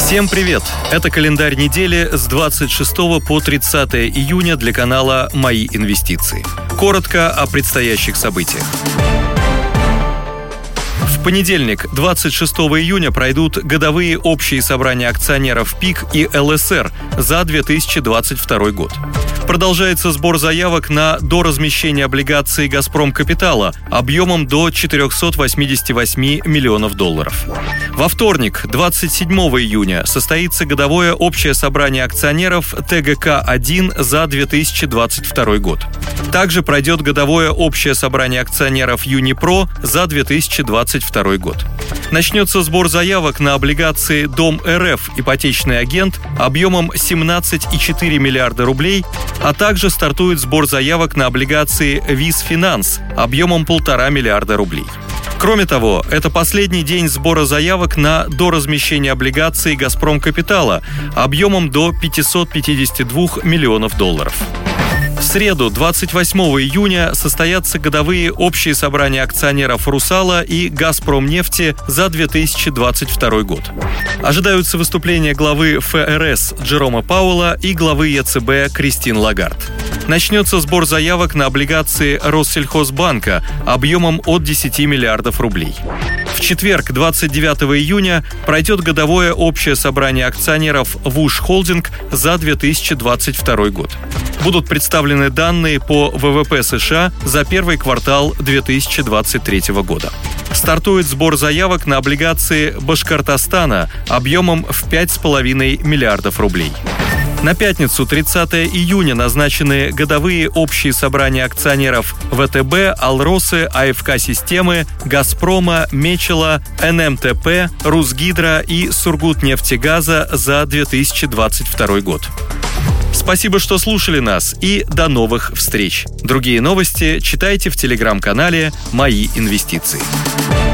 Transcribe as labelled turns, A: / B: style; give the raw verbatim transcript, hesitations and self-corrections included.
A: Всем привет! Это календарь недели с двадцать шестого по тридцатое июня для канала «Мои инвестиции». Коротко о предстоящих событиях. В понедельник, двадцать шестого июня, пройдут годовые общие собрания акционеров ПИК и ЛСР за две тысячи двадцать второй год. Продолжается сбор заявок на доразмещение облигаций «Газпром Капитала» объемом до четырехсот восьмидесяти восьми миллионов долларов. Во вторник, двадцать седьмого июня, состоится годовое общее собрание акционеров Т Г К один за две тысячи двадцать второй год. Также пройдет годовое общее собрание акционеров Юнипро за две тысячи двадцать второй год. Начнется сбор заявок на облигации Дом Р Ф «Ипотечный агент» объемом семнадцать целых четыре десятых миллиарда рублей, а также стартует сбор заявок на облигации ВИЗ Финанс объемом полтора миллиарда рублей. Кроме того, это последний день сбора заявок на доразмещение облигаций «Газпром Капитала» объемом до пятисот пятидесяти двух миллионов долларов. В среду, двадцать восьмого июня, состоятся годовые общие собрания акционеров «Русала» и «Газпромнефти» за две тысячи двадцать второй год. Ожидаются выступления главы Ф Р С Джерома Пауэлла и главы Е Ц Б Кристин Лагард. Начнется сбор заявок на облигации Россельхозбанка объемом от десяти миллиардов рублей. В четверг, двадцать девятого июня, пройдет годовое общее собрание акционеров ВУШ Холдинг за две тысячи двадцать второй год. Будут представлены данные по В В П С Ш А за первый квартал две тысячи двадцать третьего года. Стартует сбор заявок на облигации Башкортостана объемом в пять целых пять десятых миллиардов рублей. На пятницу, тридцатого июня, назначены годовые общие собрания акционеров В Т Б, Алросы, А Ф К Системы, Газпрома, Мечела, Н М Т П, Русгидро и Сургутнефтегаза за две тысячи двадцать второй год. Спасибо, что слушали нас, и до новых встреч. Другие новости читайте в телеграм-канале «Мои инвестиции».